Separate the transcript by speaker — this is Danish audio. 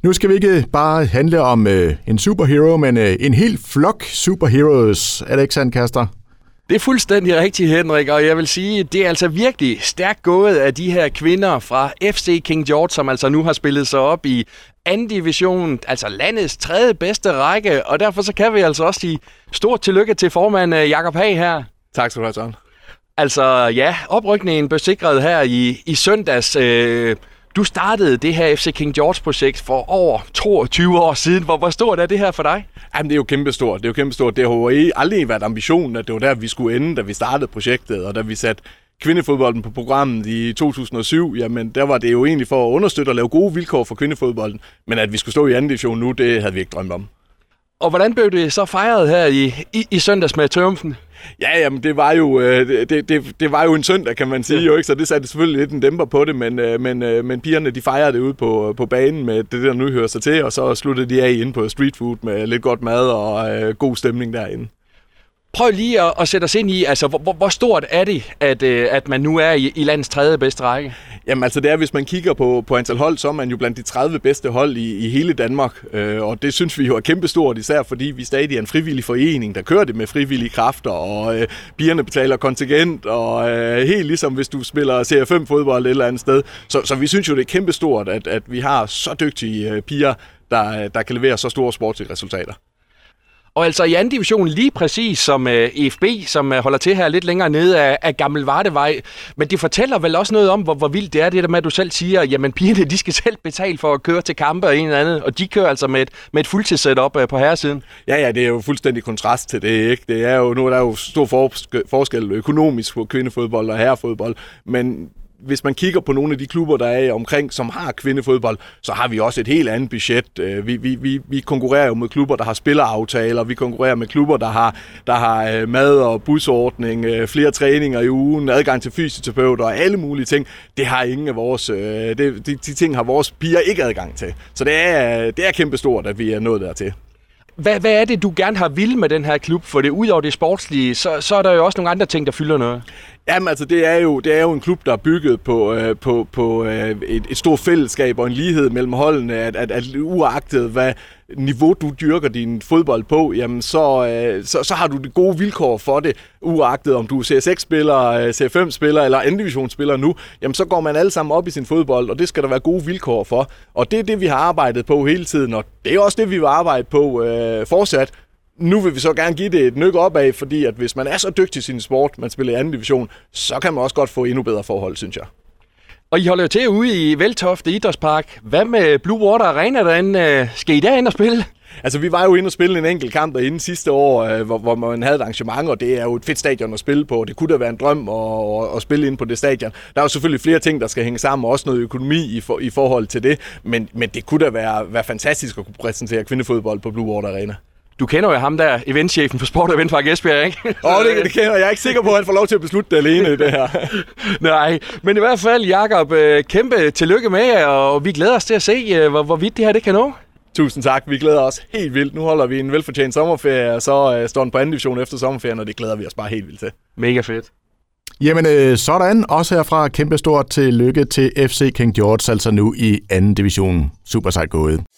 Speaker 1: Nu skal vi ikke bare handle om en superhero, men en hel flok superheroes. Er det ikke sandt, Kaster?
Speaker 2: Det er fuldstændig rigtigt, Henrik, og jeg vil sige, det er altså virkelig stærkt gået af de her kvinder fra FC King George, som altså nu har spillet sig op i anden division, altså landets tredje bedste række, og derfor så kan vi altså også sige stort tillykke til formand Jakob Hag her.
Speaker 3: Tak skal du have, Søren.
Speaker 2: Altså ja, oprykningen blev sikret her i søndags. Du startede det her FC King George-projekt for over 22 år siden. Hvor stort er det her for dig?
Speaker 3: Jamen, det er jo kæmpestort. Det har jo aldrig været ambitionen, at det var der, vi skulle ende, da vi startede projektet, og da vi satte kvindefodbolden på programmet i 2007, jamen der var det jo egentlig for at understøtte og lave gode vilkår for kvindefodbolden, men at vi skulle stå i anden division nu, det havde vi ikke drømt om.
Speaker 2: Og hvordan blev det så fejret her i søndags med triumfen?
Speaker 3: Ja, jamen det var jo en søndag, kan man sige, jo ikke, så det satte selvfølgelig lidt en dæmper på det, men pigerne de fejrede det ude på banen med det der nu hører sig til, og så sluttede de af inde på street food med lidt godt mad og god stemning derinde.
Speaker 2: Prøv lige at sætte os ind i, altså hvor stort er det, at man nu er i landets tredje bedste række?
Speaker 3: Jamen altså det er, hvis man kigger på antal hold, så er man jo blandt de 30 bedste hold i hele Danmark. Og det synes vi jo er kæmpestort, især fordi vi stadig er en frivillig forening, der kører det med frivillige kræfter, og pigerne betaler kontingent, og helt ligesom hvis du spiller CR5-fodbold et eller andet sted. Så vi synes jo, det er kæmpestort, at vi har så dygtige piger, der kan levere så store sportslige resultater.
Speaker 2: Og altså i anden division lige præcis som EFB, som holder til her lidt længere nede af Gammel Vardevej. Men det fortæller vel også noget om, hvor vildt det er, det der med, at du selv siger, jamen pigerne, de skal selv betale for at køre til kampe og en eller andet, og de kører altså med et fuldtidssetup på herresiden.
Speaker 3: Ja, det er jo fuldstændig kontrast til det, ikke? Det er jo, nu er der jo stor forskel økonomisk på kvindefodbold og herrefodbold, men hvis man kigger på nogle af de klubber, der er omkring, som har kvindefodbold, så har vi også et helt andet budget. Vi konkurrerer jo med klubber, der har spilleraftaler, vi konkurrerer med klubber, der har mad- og busordning, flere træninger i ugen, adgang til fysioterapeuter og alle mulige ting. Det har ingen af vores, de ting har vores piger ikke adgang til. Så det er kæmpestort, at vi er nået dertil.
Speaker 2: Hvad er det, du gerne har vil med den her klub? For det ud over det sportslige, så er der jo også nogle andre ting, der fylder noget.
Speaker 3: Jamen altså, det er jo en klub, der er bygget på et stort fællesskab og en lighed mellem holdene, at uagtet hvad niveau du dyrker din fodbold på, jamen så har du det gode vilkår for det, uagtet om du er CS6-spiller, C5-spiller eller anden divisionsspiller nu, jamen så går man alle sammen op i sin fodbold, og det skal der være gode vilkår for. Og det er det, vi har arbejdet på hele tiden, og det er også det, vi vil arbejde på fortsat. Nu vil vi så gerne give det et nyk opad, fordi at hvis man er så dygtig i sin sport, man spiller i anden division, så kan man også godt få endnu bedre forhold, synes jeg.
Speaker 2: Og I holder jo til ude i Veltofte Idrætspark. Hvad med Blue Water Arena derinde? Skal I derinde og spille?
Speaker 3: Altså, vi var jo inde og spille en enkelt kamp derinde sidste år, hvor man havde et arrangement, og det er jo et fedt stadion at spille på. Det kunne da være en drøm at spille inde på det stadion. Der er jo selvfølgelig flere ting, der skal hænge sammen, og også noget økonomi i forhold til det. Men det kunne da være fantastisk at kunne præsentere kvindefodbold på Blue Water Arena.
Speaker 2: Du kender jo ham der, eventchefen for Sport og Eventpark Esbjerg, ikke?
Speaker 3: Det kender jeg. Jeg er ikke sikker på, at han får lov til at beslutte det alene, det her.
Speaker 2: Nej, men i hvert fald, Jakob, kæmpe tillykke med jer, og vi glæder os til at se, hvor vidt det her det kan nå.
Speaker 3: Tusind tak. Vi glæder os helt vildt. Nu holder vi en velfortjent sommerferie, og så står den på anden division efter sommerferien, og det glæder vi os bare helt vildt til.
Speaker 2: Mega fedt.
Speaker 1: Jamen sådan, også herfra kæmpestort tillykke til FC King George, altså nu i anden division. Super sejt gået.